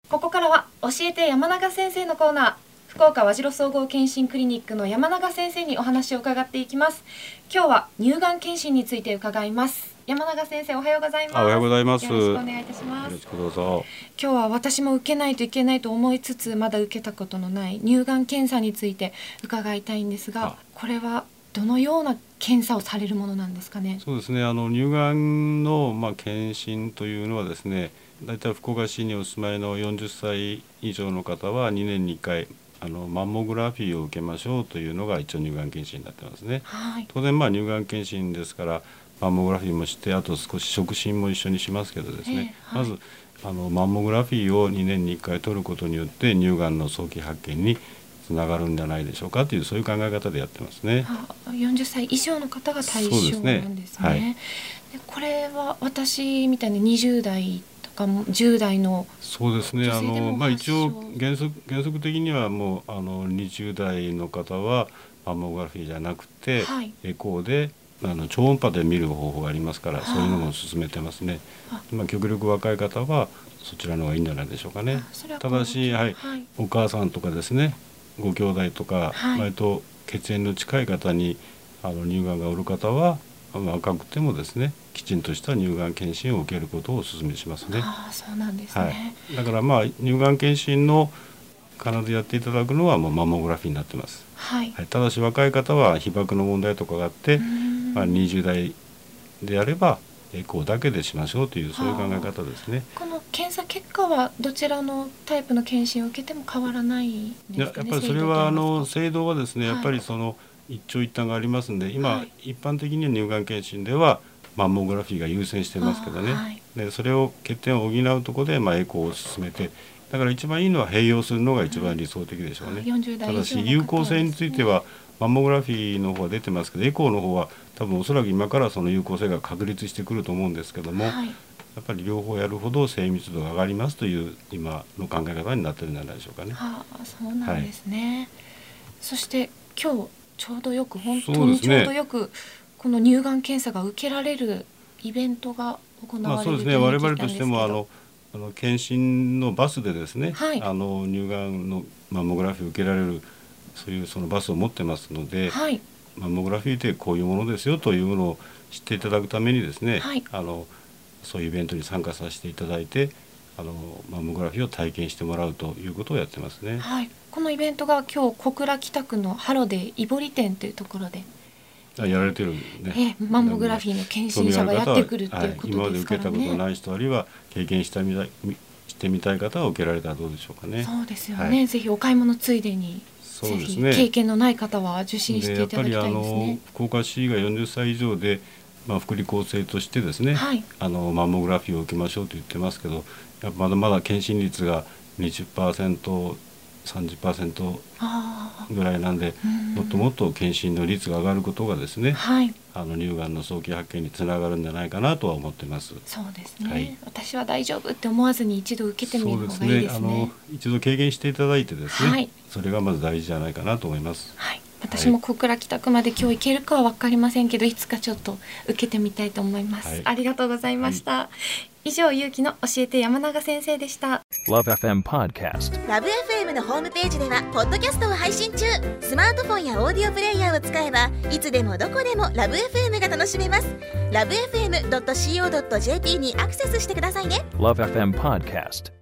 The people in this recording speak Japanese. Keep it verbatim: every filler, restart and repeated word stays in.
ここからは教えて山永先生のコーナー。福岡和白総合健診クリニックの山永先生にお話を伺っていきます。今日は乳がん検診について伺います。山永先生、おはようございます。 おはようございます。 よろしくお願いいたします。 よろしくどうぞ。 今日は私も受けないといけないと思いつつまだ受けたことのない乳がん検査について伺いたいんですが、これはどのような検査をされるものなんですかね。 そうですね、あの乳がんの、まあ、検診というのはですね、だいたい福岡市にお住まいのよんじゅっさい以上の方はにねんにいっかいあのマンモグラフィーを受けましょうというのが一応乳がん検診になってますね、 はい、 当然まあ乳がん検診ですからマンモグラフィーもして、あと少し触診も一緒にしますけどですね、 えーはい、 まずあのマンモグラフィーをにねんにいっかい取ることによって乳がんの早期発見につながるんじゃないでしょうかという、そういう考え方でやってますね。 よんじゅっさい以上の方が対象なんですね。はい、でこれは私みたいににじゅう代とかじゅう代のそうですね、あの、まあ、一応原則、原則的にはもうあのにじゅう代の方はマンモグラフィーじゃなくて、はい、エコーであの超音波で見る方法がありますから、そういうのも進めてますね。まあ、極力若い方はそちらの方がいいんじゃないでしょうかね。ただし、はいはい、お母さんとかですね、ご兄弟とか、はい、割と血縁の近い方にあの乳がんがおる方は若くてもですね、きちんとした乳がん検診を受けることをお勧めしますね。 ああ、そうなんですね。 はい、だからまあ乳がん検診の必ずやっていただくのはもうマンモグラフィーになってます。はいはい、ただし若い方は被曝の問題とかがあって、まあ、にじゅう代であればエコーだけでしましょうという、そういう考え方ですね。 この検査結果はどちらのタイプの検診を受けても変わらないんですかね。 やっぱりそれはあの制度はですね、やっぱりその一長一短がありますので、今、はい、一般的には乳がん検診ではマンモグラフィーが優先してますけどね、はい、でそれを欠点を補うところで、まあ、エコーを進めて、だから一番いいのは併用するのが一番理想的でしょうね。 よんじゅう代以上の方ですね。 ただし有効性についてはマンモグラフィーの方は出てますけど、エコーの方は多分おそらく今からその有効性が確立してくると思うんですけども、はい、やっぱり両方やるほど精密度が上がりますという今の考え方になってるんじゃないでしょうかね。 はあ、そうなんですね。はい、そして今日ちょうどよく本当にちょうどよくこの乳がん検査が受けられるイベントが行われるというふうに聞いたんですけど、まあそうですね、 我々としてもあのあの検診のバスでですね、はい、あの乳がんのマンモグラフィーを受けられるそういうそのバスを持ってますので、はい、マンモグラフィーってこういうものですよというものを知っていただくためにですね、はい、あのそういうイベントに参加させていただいて、あのマンモグラフィーを体験してもらうということをやってますね。 はい、このイベントが今日小倉北区のハロデイボリ店というところでやられてるね、 えー、マンモグラフィーの検診者がやってくるっていうことですからね。はい、 今まで受けたことない人、あるいは経験したみたいしてみたい方は受けられたらどうでしょうかね。 そうですよね、はい、ぜひお買い物ついでに、そうですね、ぜひ経験のない方は受診していただきたいですね。でやっぱりあの福岡市がよんじゅっさい以上で、まあ、福利厚生としてですね、はい、あのマンモグラフィーを受けましょうと言ってますけど、やっぱまだまだ検診率が にじゅっパーセント、さんじゅっパーセント ぐらいなんで、もっともっと検診の率が上がることがですね、はい、あの乳がんの早期発見につながるんじゃないかなとは思ってます。 そうですね、はい、私は大丈夫って思わずに一度受けてみる方がいいですね。 そうですね、あの一度経験していただいてですね、はい、それがまず大事じゃないかなと思います。 はい、私も小倉北区まで今日行けるかは分かりませんけど、いつかちょっと受けてみたいと思います。はい、ありがとうございました。はい、以上、ゆうきの教えて山永先生でした。 ラブ エフエム Podcast。 ラブ エフエム のホームページではポッドキャストを配信中。スマートフォンやオーディオプレイヤーを使えばいつでもどこでもラブ エフエム が楽しめます。ラブ エフエムドットシーオードットジェーピー にアクセスしてくださいね。 ラブ エフエム Podcast。